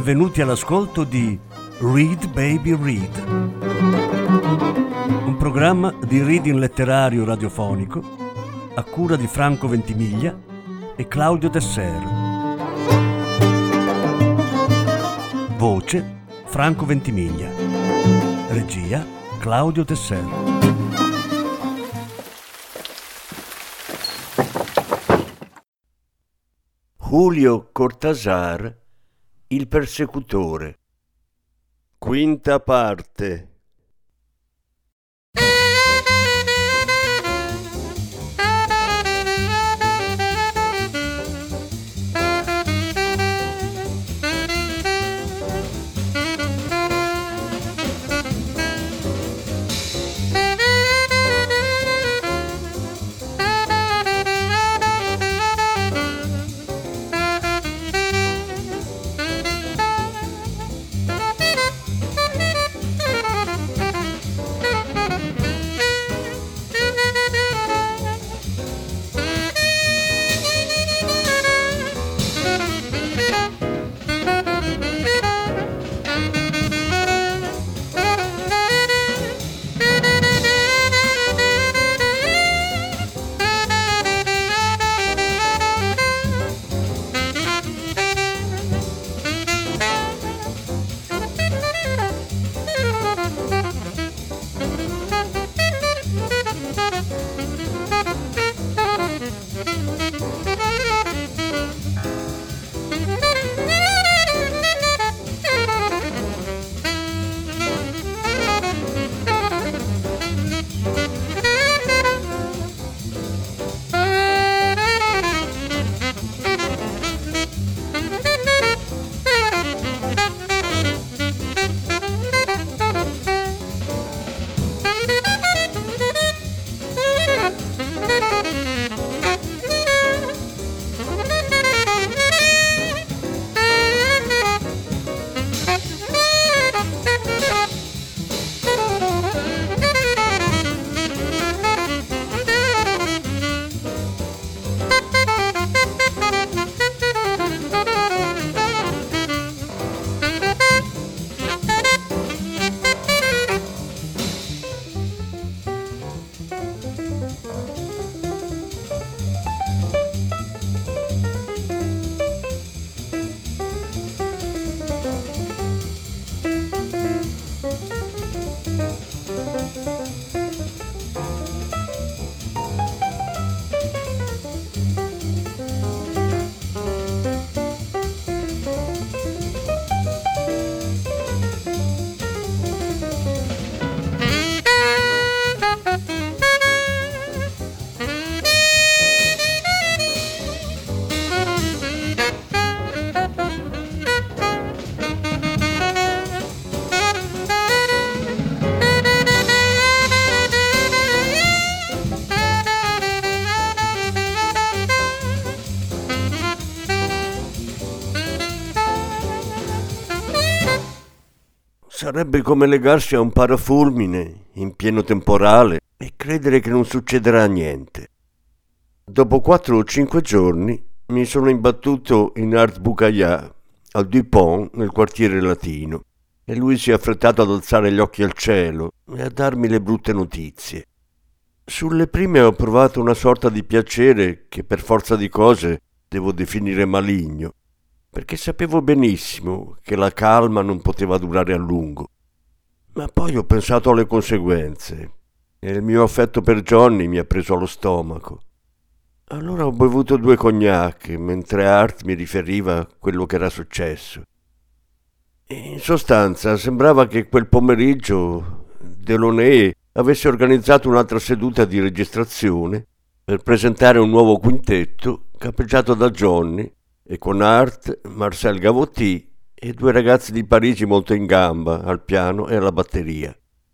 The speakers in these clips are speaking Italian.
benvenuti all'ascolto di Read Baby Read, un programma di reading letterario radiofonico a cura di Franco Ventimiglia e Claudio Desser. Voce Franco Ventimiglia. Regia Claudio Desser. Julio Cortázar, il persecutore. Quinta parte. Sarebbe come legarsi a un parafulmine in pieno temporale e credere che non succederà niente. Dopo 4 o 5 giorni mi sono imbattuto in Art Bucaillà, al Dupont, nel quartiere latino, e lui si è affrettato ad alzare gli occhi al cielo e a darmi le brutte notizie. Sulle prime ho provato una sorta di piacere che per forza di cose devo definire maligno, perché sapevo benissimo che la calma non poteva durare a lungo. Ma poi ho pensato alle conseguenze e il mio affetto per Johnny mi ha preso allo stomaco. Allora ho bevuto 2 cognac mentre Art mi riferiva quello che era successo. E in sostanza sembrava che quel pomeriggio Delaunay avesse organizzato un'altra seduta di registrazione per presentare un nuovo quintetto capeggiato da Johnny e con Art, Marcel Gavotti e 2 ragazzi di Parigi molto in gamba al piano e alla batteria.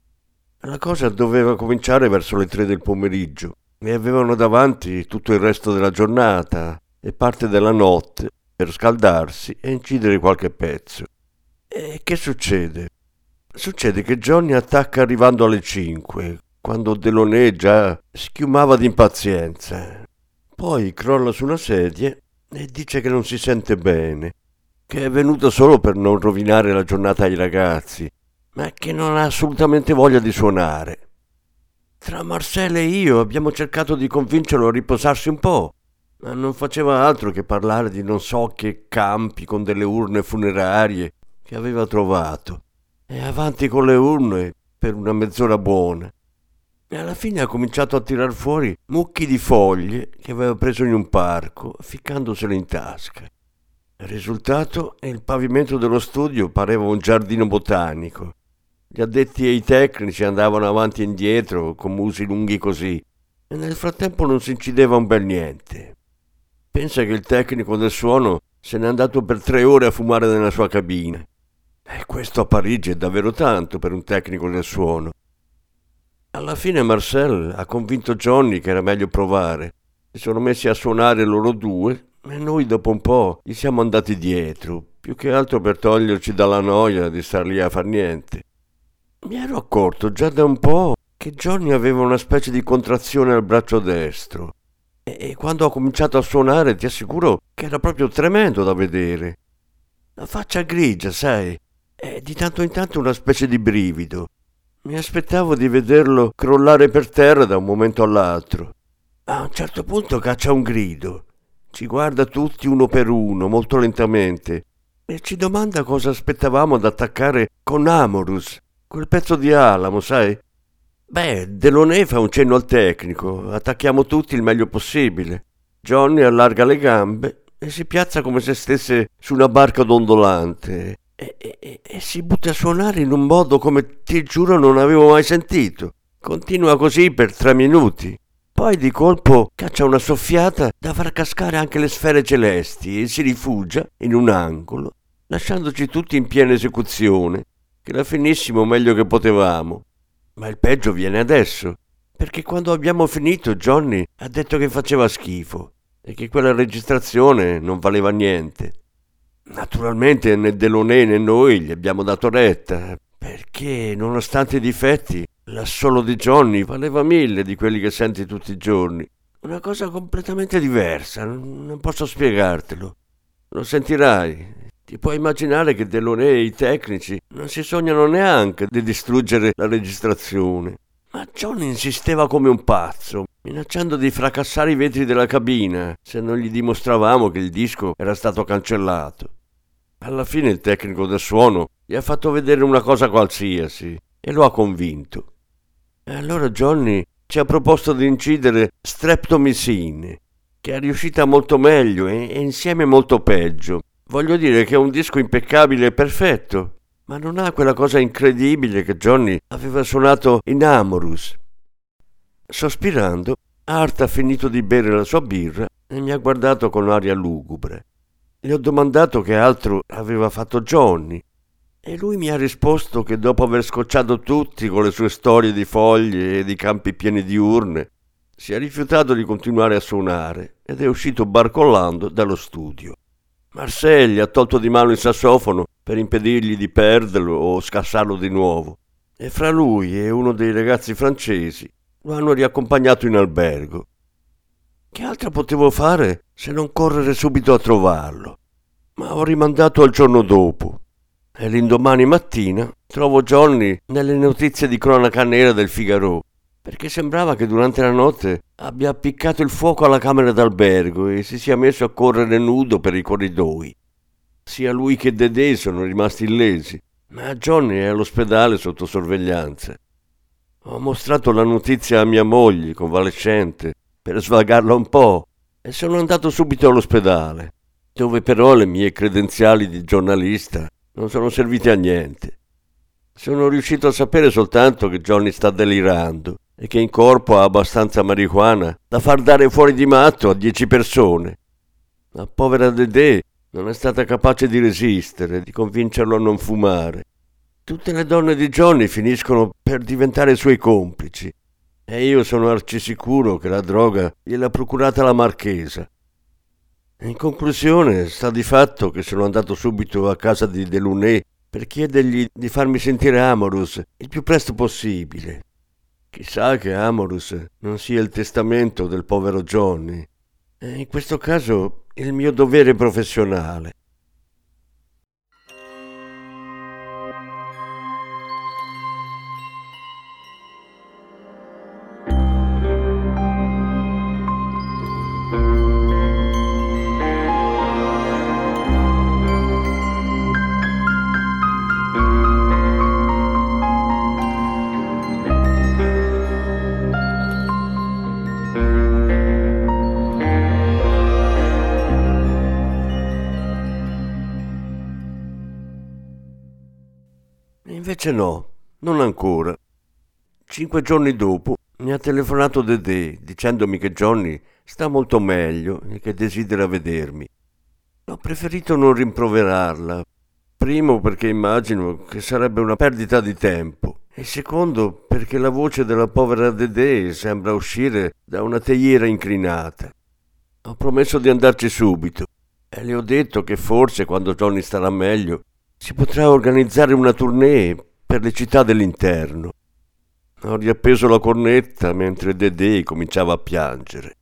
La cosa doveva cominciare verso le 3 del pomeriggio e avevano davanti tutto il resto della giornata e parte della notte per scaldarsi e incidere qualche pezzo. E che succede? Succede che Johnny attacca arrivando alle 5, quando Delaunay già schiumava d'impazienza. Poi crolla su una sedia e dice che non si sente bene, che è venuto solo per non rovinare la giornata ai ragazzi, ma che non ha assolutamente voglia di suonare. Tra Marcel e io abbiamo cercato di convincerlo a riposarsi un po', ma non faceva altro che parlare di non so che campi con delle urne funerarie che aveva trovato. E avanti con le urne per una mezz'ora buona. E alla fine ha cominciato a tirar fuori mucchi di foglie che aveva preso in un parco, ficcandosele in tasca. Il risultato è il pavimento dello studio pareva un giardino botanico. Gli addetti e i tecnici andavano avanti e indietro con musi lunghi così, e nel frattempo non si incideva un bel niente. Pensa che il tecnico del suono se n'è andato per 3 ore a fumare nella sua cabina. E questo a Parigi è davvero tanto per un tecnico del suono. Alla fine Marcel ha convinto Johnny che era meglio provare. Si sono messi a suonare loro due e noi dopo un po' gli siamo andati dietro, più che altro per toglierci dalla noia di star lì a far niente. Mi ero accorto già da un po' che Johnny aveva una specie di contrazione al braccio destro e quando ho cominciato a suonare ti assicuro che era proprio tremendo da vedere. La faccia grigia, sai, e di tanto in tanto una specie di brivido. Mi aspettavo di vederlo crollare per terra da un momento all'altro. A un certo punto caccia un grido, ci guarda tutti uno per uno, molto lentamente, e ci domanda cosa aspettavamo ad attaccare con Amorous, quel pezzo di Alamo, sai? Beh, Delaunay fa un cenno al tecnico, attacchiamo tutti il meglio possibile. Johnny allarga le gambe e si piazza come se stesse su una barca dondolante e si butta a suonare in un modo come ti giuro non avevo mai sentito. Continua così per 3 minuti. Poi di colpo caccia una soffiata da far cascare anche le sfere celesti e si rifugia in un angolo, lasciandoci tutti in piena esecuzione, che la finissimo meglio che potevamo. Ma il peggio viene adesso, perché quando abbiamo finito Johnny ha detto che faceva schifo e che quella registrazione non valeva niente. Naturalmente né Delaunay né noi gli abbiamo dato retta, perché nonostante i difetti l'assolo di Johnny valeva 1000 di quelli che senti tutti i giorni. Una cosa completamente diversa, non posso spiegartelo. Lo sentirai. Ti puoi immaginare che Delaunay e i tecnici non si sognano neanche di distruggere la registrazione. Ma Johnny insisteva come un pazzo, minacciando di fracassare i vetri della cabina se non gli dimostravamo che il disco era stato cancellato. Alla fine il tecnico del suono gli ha fatto vedere una cosa qualsiasi e lo ha convinto. E allora Johnny ci ha proposto di incidere Streptomycin, che è riuscita molto meglio e insieme molto peggio. Voglio dire che è un disco impeccabile e perfetto, ma non ha quella cosa incredibile che Johnny aveva suonato in Amorous. Sospirando, Art ha finito di bere la sua birra e mi ha guardato con aria lugubre. Gli ho domandato che altro aveva fatto Johnny e lui mi ha risposto che dopo aver scocciato tutti con le sue storie di foglie e di campi pieni di urne, si è rifiutato di continuare a suonare ed è uscito barcollando dallo studio. Marcel gli ha tolto di mano il sassofono per impedirgli di perderlo o scassarlo di nuovo e fra lui e uno dei ragazzi francesi lo hanno riaccompagnato in albergo. Che altro potevo fare se non correre subito a trovarlo? Ma ho rimandato al giorno dopo e l'indomani mattina trovo Johnny nelle notizie di cronaca nera del Figaro, perché sembrava che durante la notte abbia appiccato il fuoco alla camera d'albergo e si sia messo a correre nudo per i corridoi. Sia lui che Dédé sono rimasti illesi, ma Johnny è all'ospedale sotto sorveglianza. Ho mostrato la notizia a mia moglie, convalescente, per svagarla un po', e sono andato subito all'ospedale, dove però le mie credenziali di giornalista non sono servite a niente. Sono riuscito a sapere soltanto che Johnny sta delirando e che in corpo ha abbastanza marijuana da far dare fuori di matto a 10 persone. La povera Dédé non è stata capace di resistere, di convincerlo a non fumare. Tutte le donne di Johnny finiscono per diventare suoi complici e io sono arcisicuro che la droga gliel'ha procurata la marchesa. In conclusione, sta di fatto che sono andato subito a casa di Delaunay per chiedergli di farmi sentire Amorous il più presto possibile. Chissà che Amorous non sia il testamento del povero Johnny. E in questo caso il mio dovere professionale. invece no, non ancora. 5 giorni dopo mi ha telefonato Dedè dicendomi che Johnny sta molto meglio e che desidera vedermi. Ho preferito non rimproverarla. Primo perché immagino che sarebbe una perdita di tempo e secondo perché la voce della povera Dedè sembra uscire da una teiera incrinata. Ho promesso di andarci subito e le ho detto che forse quando Johnny starà meglio si potrà organizzare una tournée per le città dell'interno. Ho riappeso la cornetta mentre Dedè cominciava a piangere.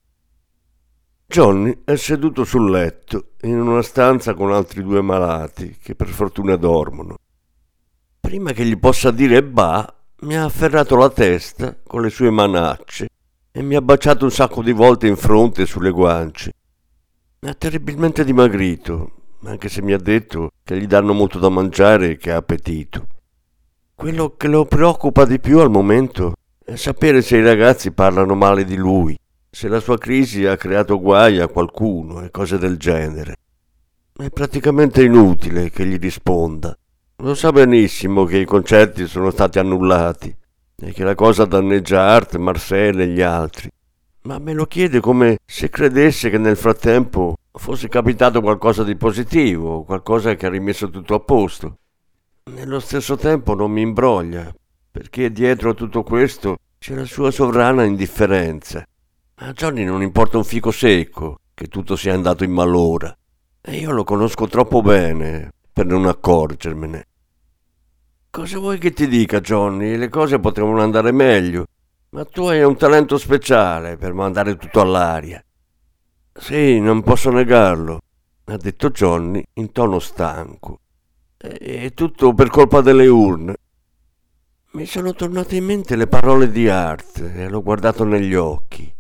Johnny è seduto sul letto in una stanza con altri 2 malati che per fortuna dormono. Prima che gli possa dire bah, mi ha afferrato la testa con le sue manacce e mi ha baciato un sacco di volte in fronte e sulle guance. È terribilmente dimagrito, anche se mi ha detto che gli danno molto da mangiare e che ha appetito. Quello che lo preoccupa di più al momento è sapere se i ragazzi parlano male di lui, se la sua crisi ha creato guai a qualcuno e cose del genere. È praticamente inutile che gli risponda. Lo sa benissimo che i concerti sono stati annullati e che la cosa danneggia Art, Marcel e gli altri. Ma me lo chiede come se credesse che nel frattempo fosse capitato qualcosa di positivo, qualcosa che ha rimesso tutto a posto. Nello stesso tempo non mi imbroglia, perché dietro a tutto questo c'è la sua sovrana indifferenza. A Johnny non importa un fico secco che tutto sia andato in malora e io lo conosco troppo bene per non accorgermene. Cosa vuoi che ti dica, Johnny? Le cose potevano andare meglio, ma tu hai un talento speciale per mandare tutto all'aria. Sì, non posso negarlo, ha detto Johnny in tono stanco. È tutto per colpa delle urne. Mi sono tornate in mente le parole di Art e l'ho guardato negli occhi.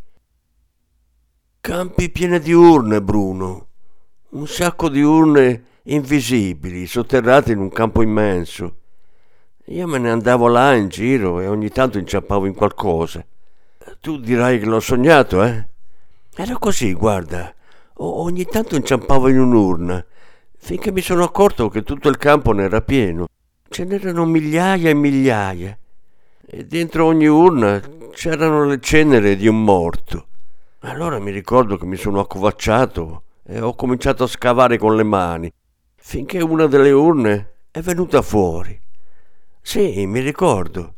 Campi pieni di urne, Bruno. Un sacco di urne invisibili, sotterrate in un campo immenso. Io me ne andavo là in giro e ogni tanto inciampavo in qualcosa. Tu dirai che l'ho sognato, eh? Era così, guarda. Ogni tanto inciampavo in un'urna, finché mi sono accorto che tutto il campo ne era pieno. Ce n'erano migliaia e migliaia. E dentro ogni urna c'erano le ceneri di un morto. Allora mi ricordo che mi sono accovacciato e ho cominciato a scavare con le mani, finché una delle urne è venuta fuori. Sì, mi ricordo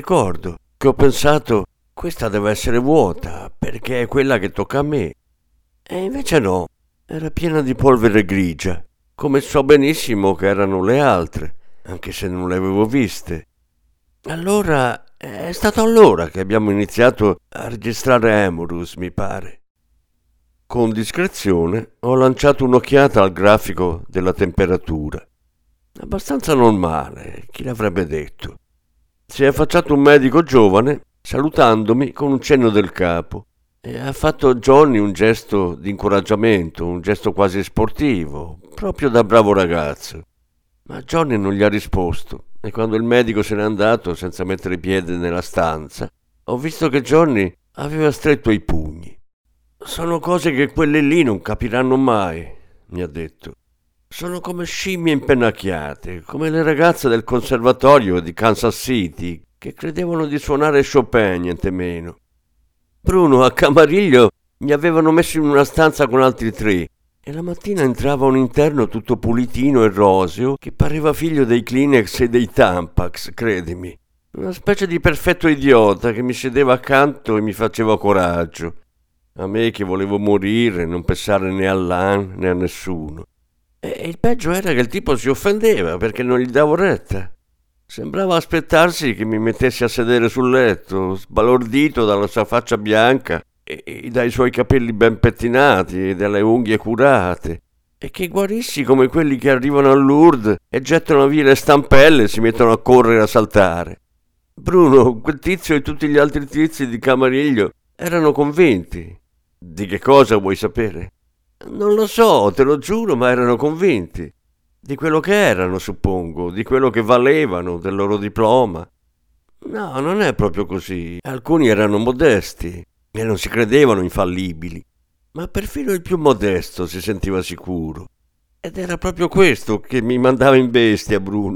che ho pensato, questa deve essere vuota, perché è quella che tocca a me. E invece no, era piena di polvere grigia, come so benissimo che erano le altre, anche se non le avevo viste. Allora, è stato allora che abbiamo iniziato a registrare Emorus, mi pare. Con discrezione ho lanciato un'occhiata al grafico della temperatura. Abbastanza normale, chi l'avrebbe detto. Si è affacciato un medico giovane, salutandomi con un cenno del capo, e ha fatto a Johnny un gesto di incoraggiamento, un gesto quasi sportivo, proprio da bravo ragazzo. Ma Johnny non gli ha risposto, e quando il medico se n'è andato senza mettere piede nella stanza, ho visto che Johnny aveva stretto i pugni. Sono cose che quelle lì non capiranno mai, mi ha detto. Sono come scimmie impennacchiate, come le ragazze del conservatorio di Kansas City che credevano di suonare Chopin, niente meno. Bruno, a Camarillo mi avevano messo in una stanza con altri 3 e la mattina entrava un interno tutto pulitino e roseo che pareva figlio dei Kleenex e dei Tampax, credimi. Una specie di perfetto idiota che mi sedeva accanto e mi faceva coraggio. A me che volevo morire, non pensare né all'an né a nessuno. E il peggio era che il tipo si offendeva perché non gli davo retta. Sembrava aspettarsi che mi mettessi a sedere sul letto, sbalordito dalla sua faccia bianca e dai suoi capelli ben pettinati e dalle unghie curate, e che guarissi come quelli che arrivano a Lourdes e gettano via le stampelle e si mettono a correre e a saltare. Bruno, quel tizio e tutti gli altri tizi di Camarillo erano convinti. Di che cosa vuoi sapere? Non lo so, te lo giuro, ma erano convinti. Di quello che erano, suppongo, di quello che valevano, del loro diploma. No, non è proprio così. Alcuni erano modesti e non si credevano infallibili, ma perfino il più modesto si sentiva sicuro. Ed era proprio questo che mi mandava in bestia, Bruno.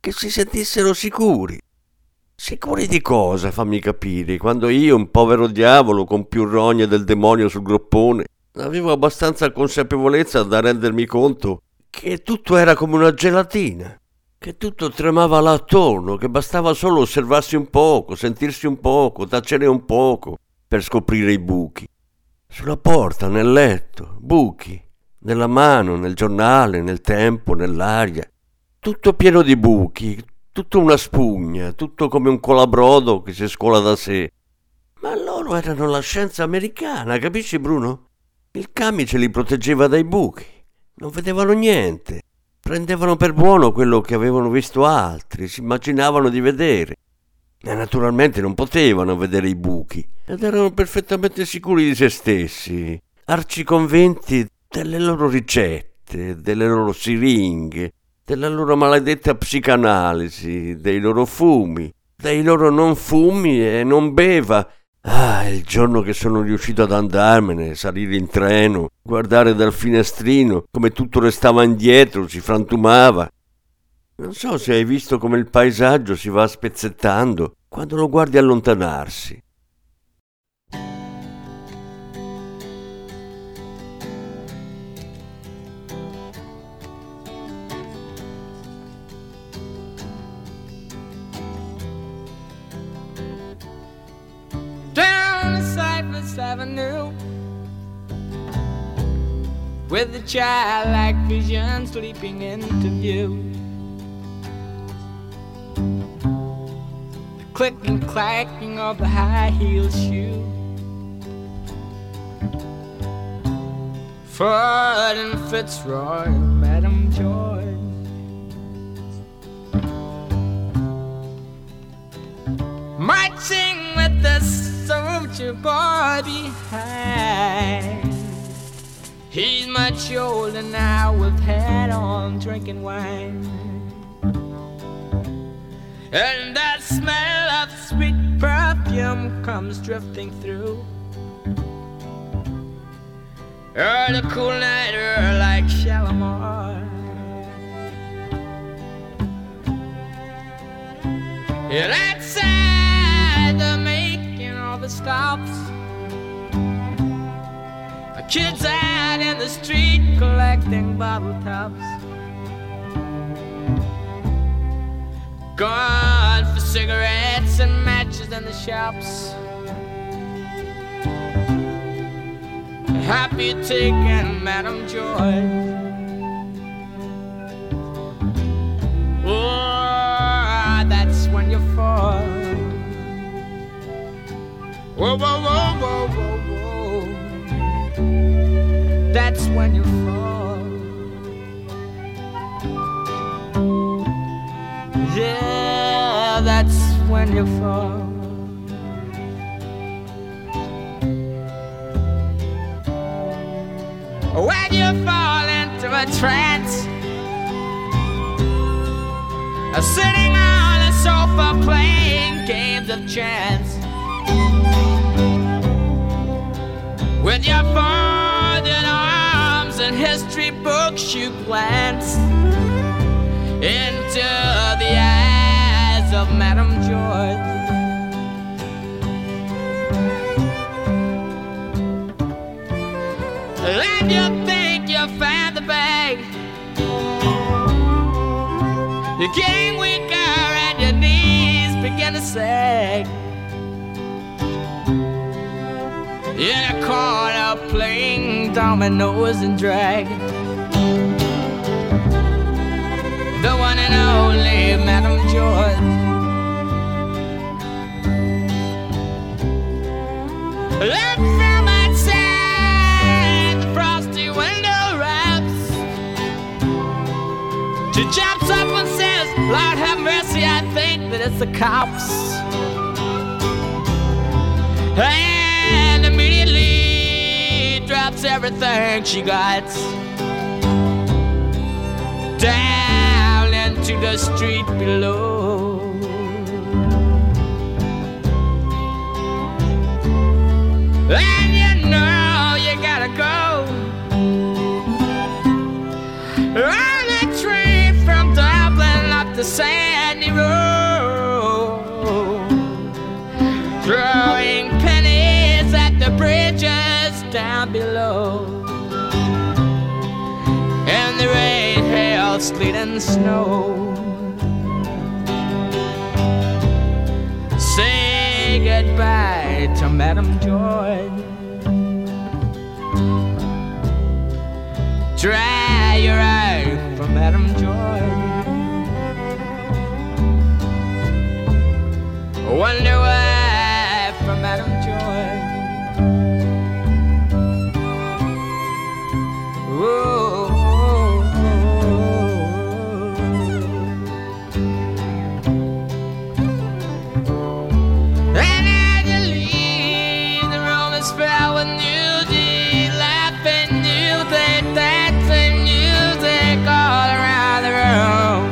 che si sentissero sicuri. Sicuri di cosa, fammi capire, quando io, un povero diavolo con più rogne del demonio sul groppone, avevo abbastanza consapevolezza da rendermi conto che tutto era come una gelatina, che tutto tremava là attorno, che bastava solo osservarsi un poco, sentirsi un poco, tacere un poco per scoprire i buchi. Sulla porta, nel letto, buchi, nella mano, nel giornale, nel tempo, nell'aria. Tutto pieno di buchi, tutto una spugna, tutto come un colabrodo che si scola da sé. Ma loro erano la scienza americana, capisci Bruno? Il camice li proteggeva dai buchi, non vedevano niente, prendevano per buono quello che avevano visto altri, si immaginavano di vedere. E naturalmente non potevano vedere i buchi, ed erano perfettamente sicuri di se stessi, arciconvinti delle loro ricette, delle loro siringhe, della loro maledetta psicanalisi, dei loro fumi, dei loro non fumi e non beva. Ah, il giorno che sono riuscito ad andarmene, salire in treno, guardare dal finestrino come tutto restava indietro, si frantumava. Non so se hai visto come il paesaggio si va spezzettando quando lo guardi allontanarsi. Down the Cypress Avenue, with the childlike vision sleeping into view. The click and clacking of the high-heeled shoe. Ford and Fitzroy, Madam Joy. Marching with the soldier boy behind. He's much older now with hat on, drinking wine. And that smell of sweet perfume comes drifting through. Oh, the cool night air like Shalimar. And outside they're making all the stops. Kids out in the street collecting bottle tops. Gone for cigarettes and matches in the shops. Happy taking Madam Joy. Oh, that's when you fall. Whoa, whoa, whoa, whoa, whoa, whoa. That's when you fall. Yeah, that's when you fall. When you fall into a trance, sitting on a sofa playing games of chance, with your folded arms and history books, you glance into the eyes of Madam George. And you think you found the bag. You're getting weaker and your knees begin to sag. In a corner playing dominoes and drag. The one and only Madam George. Look from outside the frosty window wraps. She jumps up and says, Lord have mercy, I think that it's the cops. And immediately drops everything she got down into the street below. And you know you gotta go on a train from Dublin up to San the bridges down below, and the rain, hail, sleet, and snow. Say goodbye to Madame Joy. Dry your eye for Madame Joy. Wonder why for Madame Joy. Whoa. And as you leave, the Romans fell with music, laughing music, dancing music all around the room.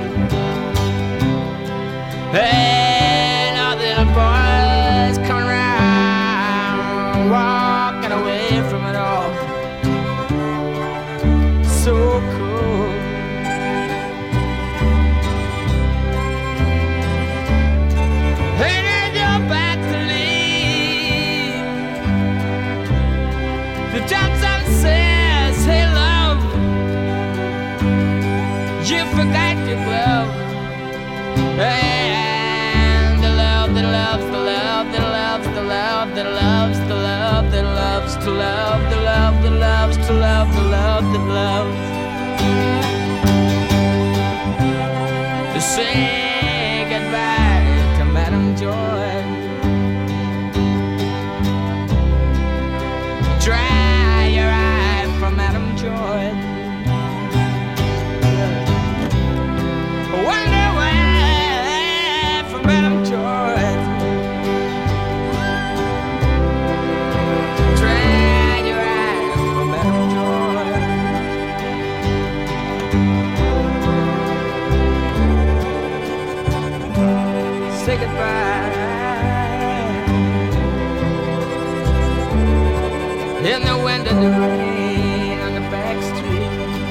And all the boys come around, walking away from it all. So cool. And as you're back to leave, the Johnson says, hey love, you forgot your glove. And the love that loves, the love that loves, the love that loves, the love that loves, to love, the love that loves, to love, the love that loves. To say goodbye to Madame Joy. Dry your eye for Madame Joy. Wonder why for Madame Joy. Dry your eye for Madame Joy. Say goodbye. In the wind and the rain on the back street.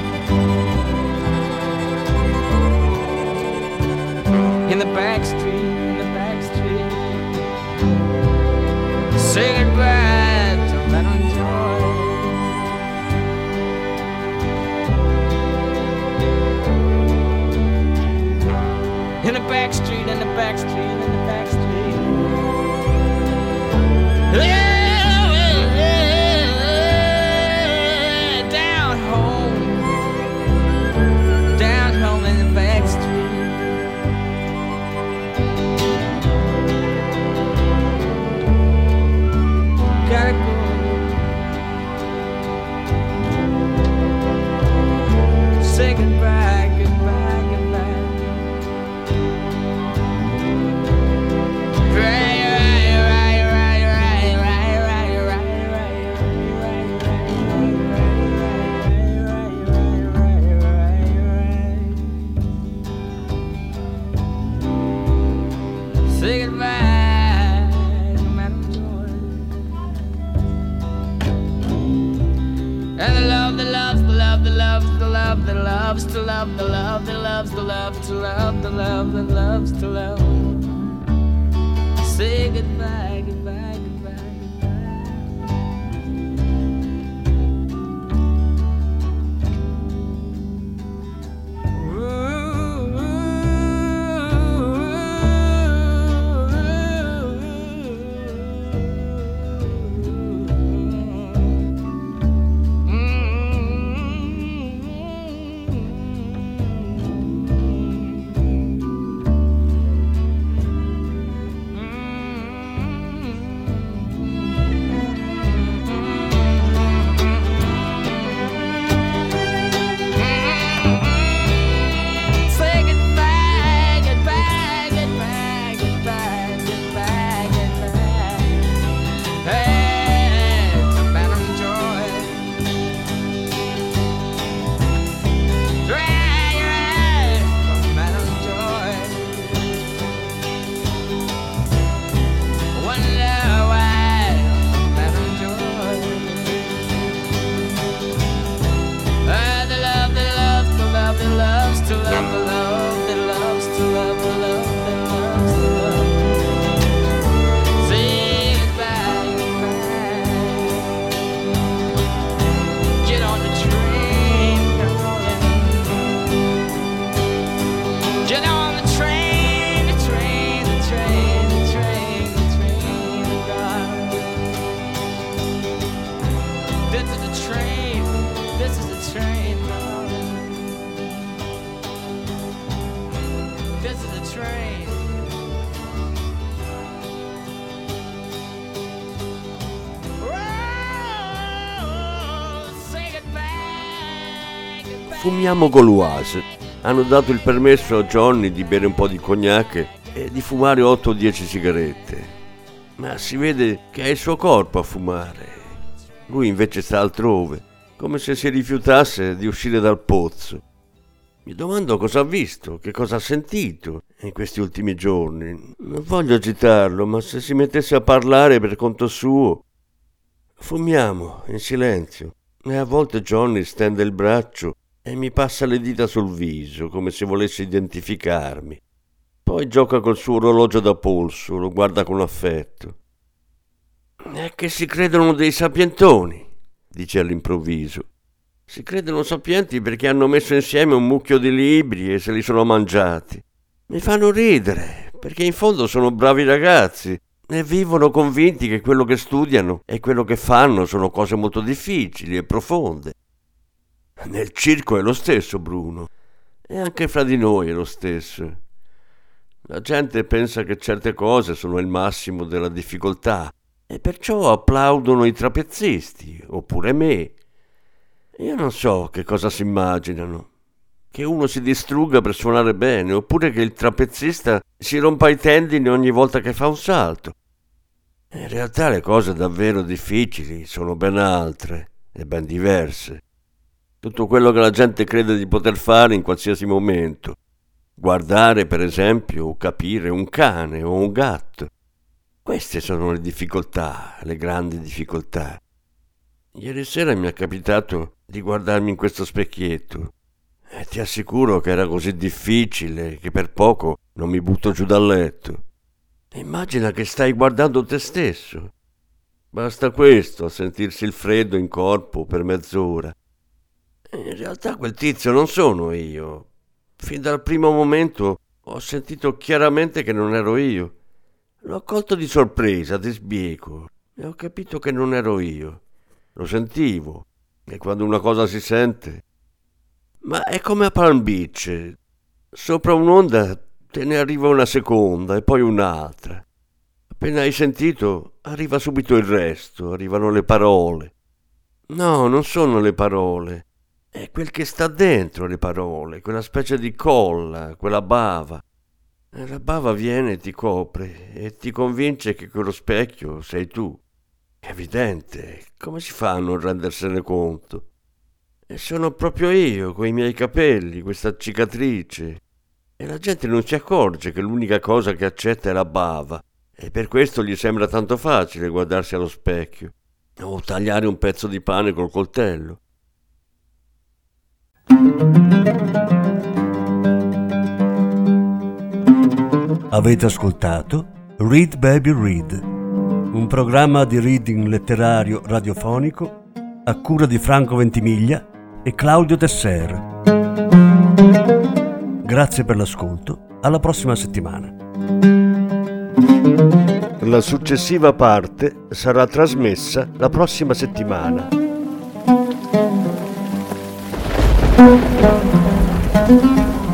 In the back street, in the back street. Say goodbye to Madame Joy. In the back street, in the back street, in the back street. Down home in the back street. Gotta go. Say goodbye, goodbye, goodbye. Say goodbye to Madame Joy. And the love that loves, the love that loves, the love that loves to love, the love that loves, the love to love, the love that loves to love. Say goodbye, goodbye, goodbye, goodbye. Fumiamo Gauloise. Hanno dato il permesso a Johnny di bere un po' di cognac e di fumare 8 o 10 sigarette. Ma si vede che è il suo corpo a fumare. Lui invece sta altrove, come se si rifiutasse di uscire dal pozzo. Mi domando cosa ha visto, che cosa ha sentito in questi ultimi giorni. Non voglio agitarlo, ma se si mettesse a parlare per conto suo... Fumiamo in silenzio e a volte Johnny stende il braccio e mi passa le dita sul viso come se volesse identificarmi. Poi gioca col suo orologio da polso, lo guarda con affetto. È che si credono dei sapientoni, dice all'improvviso. Si credono sapienti perché hanno messo insieme un mucchio di libri e se li sono mangiati. Mi fanno ridere, perché in fondo sono bravi ragazzi e vivono convinti che quello che studiano e quello che fanno sono cose molto difficili e profonde. Nel circo è lo stesso, Bruno, e anche fra di noi è lo stesso. La gente pensa che certe cose sono il massimo della difficoltà e perciò applaudono i trapezzisti, oppure me. Io non so che cosa si immaginano. Che uno si distrugga per suonare bene, oppure che il trapezzista si rompa i tendini ogni volta che fa un salto. In realtà le cose davvero difficili sono ben altre e ben diverse. Tutto quello che la gente crede di poter fare in qualsiasi momento. Guardare, per esempio, o capire un cane o un gatto. Queste sono le difficoltà, le grandi difficoltà. Ieri sera mi è capitato di guardarmi in questo specchietto e ti assicuro che era così difficile che per poco non mi butto giù dal letto. Immagina che stai guardando te stesso. Basta questo a sentirsi il freddo in corpo per mezz'ora. In realtà quel tizio non sono io. Fin dal primo momento ho sentito chiaramente che non ero io. L'ho colto di sorpresa, di sbieco, e ho capito che non ero io. Lo sentivo, e quando una cosa si sente... Ma è come a Palm Beach. Sopra un'onda te ne arriva una seconda e poi un'altra. Appena hai sentito, arriva subito il resto, arrivano le parole. No, non sono le parole. È quel che sta dentro le parole, quella specie di colla, quella bava. E la bava viene e ti copre e ti convince che quello specchio sei tu. È evidente, come si fa a non rendersene conto? E sono proprio io, coi miei capelli, questa cicatrice. E la gente non si accorge che l'unica cosa che accetta è la bava. E per questo gli sembra tanto facile guardarsi allo specchio. O tagliare un pezzo di pane col coltello. Avete ascoltato Read Baby Read, un programma di reading letterario radiofonico a cura di Franco Ventimiglia e Claudio Tesser. Grazie per l'ascolto, alla prossima settimana. La successiva parte sarà trasmessa la prossima settimana.